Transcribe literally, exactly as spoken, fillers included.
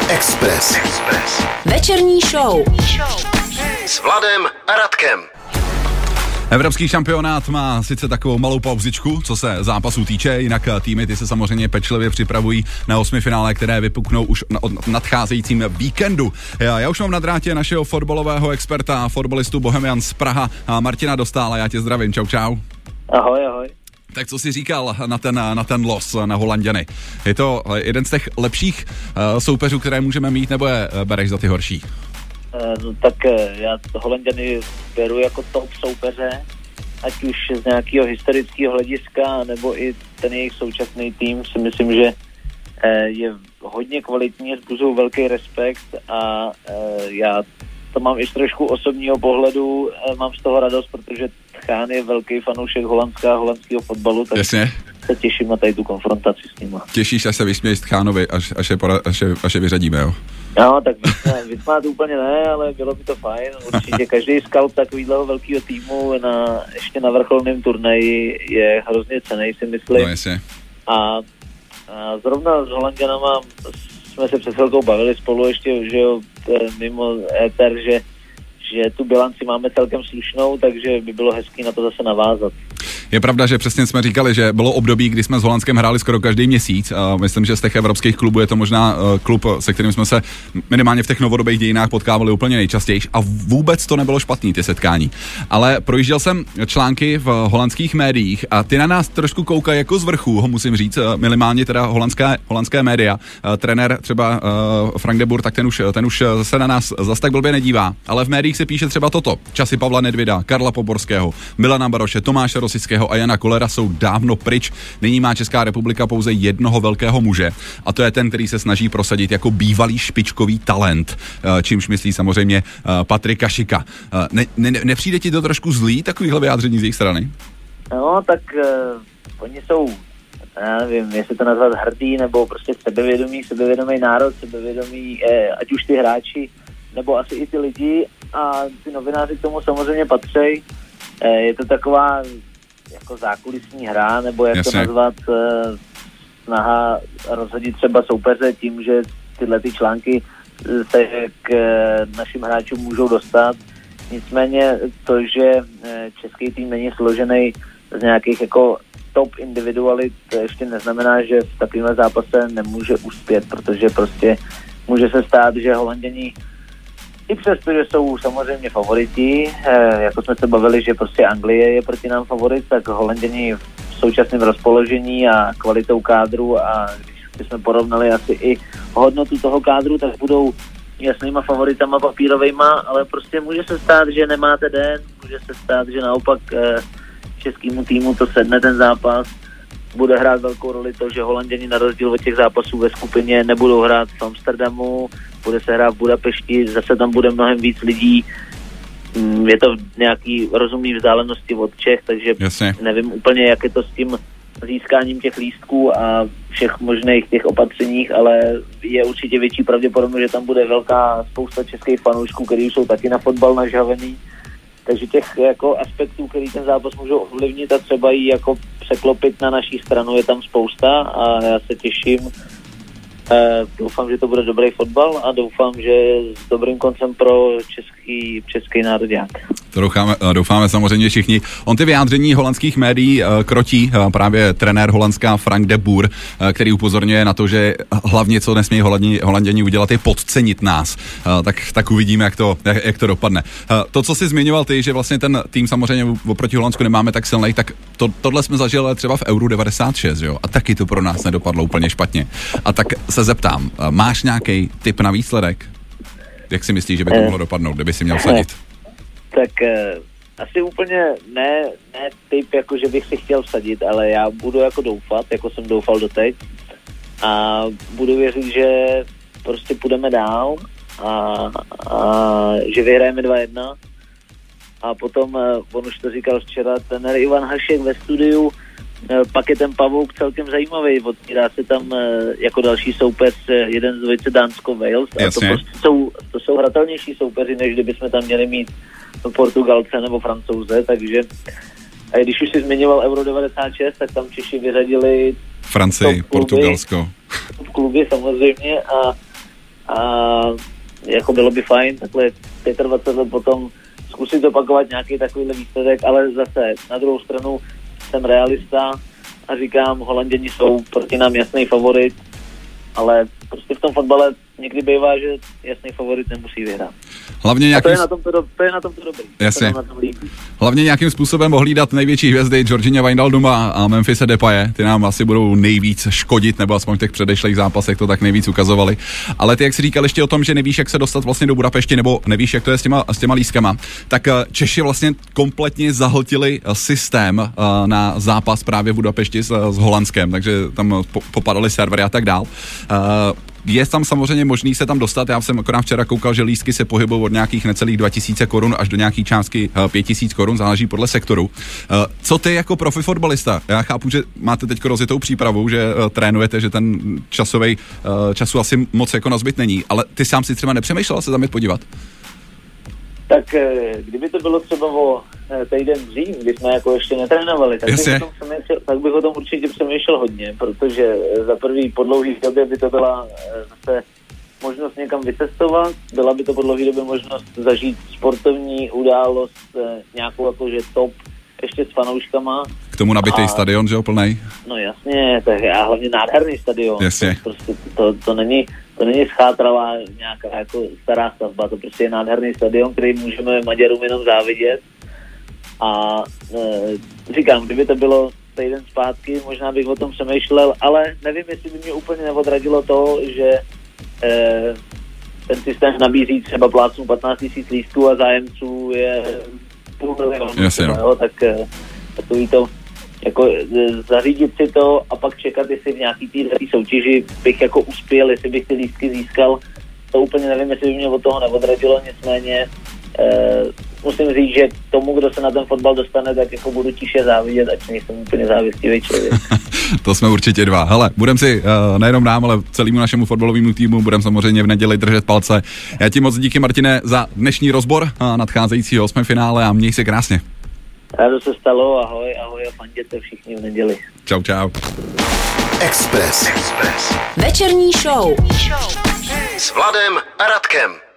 Express. Express. Večerní show. S Vladem a Radkem. Evropský šampionát má sice takovou malou pauzičku, co se zápasů týče, jinak týmy ty se samozřejmě pečlivě připravují na osmifinále, které vypuknou už na nadcházejícím víkendu. Já, já už mám na drátě našeho fotbalového experta, fotbalistu Bohemians z Praha, Martina Dostála. Já tě zdravím, čau čau. Ahoj, ahoj. Tak co jsi říkal na ten, na ten los, na Holanděny? Je to jeden z těch lepších uh, soupeřů, které můžeme mít, nebo je bereš za ty horší? No, tak já Holanďany beru jako top soupeře, ať už z nějakého historického hlediska, nebo i ten jejich současný tým si myslím, že je hodně kvalitní, zbuzují velký respekt a já to mám i z trošku osobního pohledu, mám z toho radost, protože Tchán je velký fanoušek holandská, holandského fotbalu, tak Jasně. se těším na tady tu konfrontaci s nima. Těšíš, až se vysměješ Tchánovi, až, až, je, až, je, až je vyřadíme, jo? No, tak vysmát úplně ne, ale bylo by to fajn. Určitě každý scout takovýhleho velkého týmu na, ještě na vrcholném turnaji je hrozně cenný, si myslím. No, jasně. A, a zrovna s Holanďanama jsme se před chvilkou bavili spolu ještě, že jo, mimo éter, že že tu bilanci máme celkem slušnou, takže by bylo hezký na to zase navázat. Je pravda, že přesně jsme říkali, že bylo období, kdy jsme s Holandskem hráli skoro každý měsíc. Myslím, že z těch evropských klubů je to možná klub, se kterým jsme se minimálně v těch novodobých dějinách potkávali úplně nejčastěji. A vůbec to nebylo špatný, ty setkání. Ale projížděl jsem články v holandských médiích a ty na nás trošku koukají jako z vrchu, ho musím říct, minimálně teda holandské, holandské média. Trenér třeba Frank de Boer, tak ten už, ten už se na nás zas tak blbě nedívá. Ale v médiích se píše třeba toto. Časy Pavla Nedvěda, Karla Poborského, Milana Baroše, Tomáše Rosického a Jana Kolera jsou dávno pryč. Nyní má Česká republika pouze jednoho velkého muže a to je ten, který se snaží prosadit jako bývalý špičkový talent, čímž myslí samozřejmě Patrika Šika. Ne, ne, nepřijde ti to trošku zlý, takovýhle vyjádření z jejich strany? No, tak uh, oni jsou, já nevím, jestli to nazvat hrdý, nebo prostě sebevědomý, sebevědomý národ, sebevědomý, eh, ať už ty hráči, nebo asi i ty lidi a ty novináři k tomu samozřejmě patří. Eh, je to taková jako zákulisní hra, nebo jak Jasně. to nazvat, eh, snaha rozhodit třeba soupeře tím, že tyhle ty články se k eh, našim hráčům můžou dostat. Nicméně to, že eh, český tým není složený z nějakých jako top individualit, to ještě neznamená, že v takovémhle zápase nemůže uspět, protože prostě může se stát, že Holanděni i přesto, že jsou samozřejmě favoriti, eh, jako jsme se bavili, že prostě Anglie je proti nám favorit, tak Holanděni v současném rozpoložení a kvalitou kádru a když jsme porovnali asi i hodnotu toho kádru, tak budou jasnýma favoritama papírovejma, ale prostě může se stát, že nemáte den, může se stát, že naopak eh, českému týmu to sedne ten zápas. Bude hrát velkou roli to, že Holanděni na rozdíl od těch zápasů ve skupině nebudou hrát v Amsterdamu, bude se hrát v Budapešti, zase tam bude mnohem víc lidí. Je to v nějaký rozumný vzdálenosti od Čech, takže Jasně. nevím úplně, jak je to s tím získáním těch lístků a všech možných těch opatřeních, ale je určitě větší pravděpodobnost, že tam bude velká spousta českých fanoušků, kteří jsou taky na fotbal nažhavený. Takže těch jako aspektů, který ten zápas můžou ovlivnit a třeba jí jako překlopit na naší stranu, je tam spousta a já se těším. E, doufám, že to bude dobrý fotbal a doufám, že s dobrým koncem pro český, český národák. To doufáme, doufáme samozřejmě všichni. On ty vyjádření holandských médií krotí právě trenér holandská Frank de Boer, který upozorňuje na to, že hlavně co nesmí Holanděni, Holanděni udělat je podcenit nás. Tak, tak uvidíme, jak to, jak, jak to dopadne. To, co jsi zmiňoval ty, že vlastně ten tým samozřejmě oproti Holandsku nemáme tak silný, tak to, tohle jsme zažili třeba v Euru devadesát šest, jo? A taky to pro nás nedopadlo úplně špatně. A tak se zeptám, máš nějaký tip na výsledek? Jak si myslíš, že by to mohlo dopadnout, kdyby si měl sadit? Tak eh, asi úplně ne, ne typ, jako že bych si chtěl vsadit, ale já budu jako doufat, jako jsem doufal doteď a budu věřit, že prostě půjdeme dál a, a že vyhrajeme dva jedna a potom, eh, on už to říkal včera, trenér Ivan Hašek ve studiu, eh, pak je ten pavouk celkem zajímavý, otvírá se tam eh, jako další soupeř eh, jeden z dvojice Dánsko-Wales a to, prostě jsou, to jsou hratelnější soupeři, než kdybychom tam měli mít Portugalce nebo Francouze, takže a když už si zmiňoval Euro devadesát šest, tak tam Češi vyřadili Francii, Portugalsko. Top kluby samozřejmě a, a jako bylo by fajn takhle dvacet pět let potom zkusit opakovat nějaký takovýhle výsledek, ale zase na druhou stranu jsem realista a říkám, Holanděni jsou proti nám jasný favorit, ale prostě v tom fotbale někdy bývá, že jasný favorit nemusí vyhrát. Hlavně nějakým... A to je na tom to, do... to, je na tom to dobrý. Jasně. To na tom líbí. Hlavně nějakým způsobem ohlídat největší hvězdy Georginio Wijnalduma a Memphise Depaye. Ty nám asi budou nejvíc škodit, nebo aspoň v těch předešlých zápasech to tak nejvíc ukazovali. Ale ty, jak jsi říkal ještě o tom, že nevíš, jak se dostat vlastně do Budapešti, nebo nevíš, jak to je s těma, s těma lístkama, tak Češi vlastně kompletně zahltili systém na zápas právě v Budapešti s, s Holandskem, takže tam popadaly servery a tak dál. Je tam samozřejmě možný se tam dostat, já jsem akorát včera koukal, že lístky se pohybují od nějakých necelých dva tisíce korun až do nějaký částky pět tisíc korun, záleží podle sektoru. Co ty jako profi fotbalista? Já chápu, že máte teď rozjetou přípravu, že trénujete, že ten časový času asi moc jako nazbyt není, ale ty sám si třeba nepřemýšlel se tam jít podívat? Tak kdyby to bylo třeba o týden dřív, kdy jsme jako ještě netrénovali, tak bych, o tom přemýšlel, tak bych o tom určitě přemýšlel hodně, protože za prvý po dlouhý době by to byla zase možnost někam vycestovat, byla by to po dlouhý době možnost zažít sportovní událost, nějakou jakože top, ještě s fanouškama. K tomu nabitý a, stadion, že jo, plnej? No jasně, tak a hlavně nádherný stadion. Jasně. To, prostě, to, to není To není schátralá nějaká jako stará stavba, to prostě je nádherný stadion, který můžeme Maďarům jenom závidět. A e, říkám, kdyby to bylo týden zpátky, možná bych o tom přemýšlel, ale nevím, jestli by mě úplně neodradilo to, že e, ten systém nabízí třeba plácnu patnáct tisíc lístků a zájemců je půl milionu. Jasně, třeba, jo, tak e, takový to jako zařídit si to a pak čekat, jestli v nějaký té soutěži bych jako uspěl, jestli bych ty lístky získal, to úplně nevím, jestli by mě od toho neodradilo, nicméně eh, musím říct, že tomu, kdo se na ten fotbal dostane, tak jako budu tiše závidět, ať nejsem úplně závistivý člověk. To jsme určitě dva. Hele, budem si uh, nejenom nám, ale celému našemu fotbalovému týmu budem samozřejmě v neděli držet palce. Já ti moc díky, Martine, za dnešní rozbor a nadcházejícího osmifinále a měj se krásně. Rádo se stalo, ahoj, ahoj a fanděte všichni v neděli. Čau, čau. Express. Express. Večerní show. S Vladem a Radkem.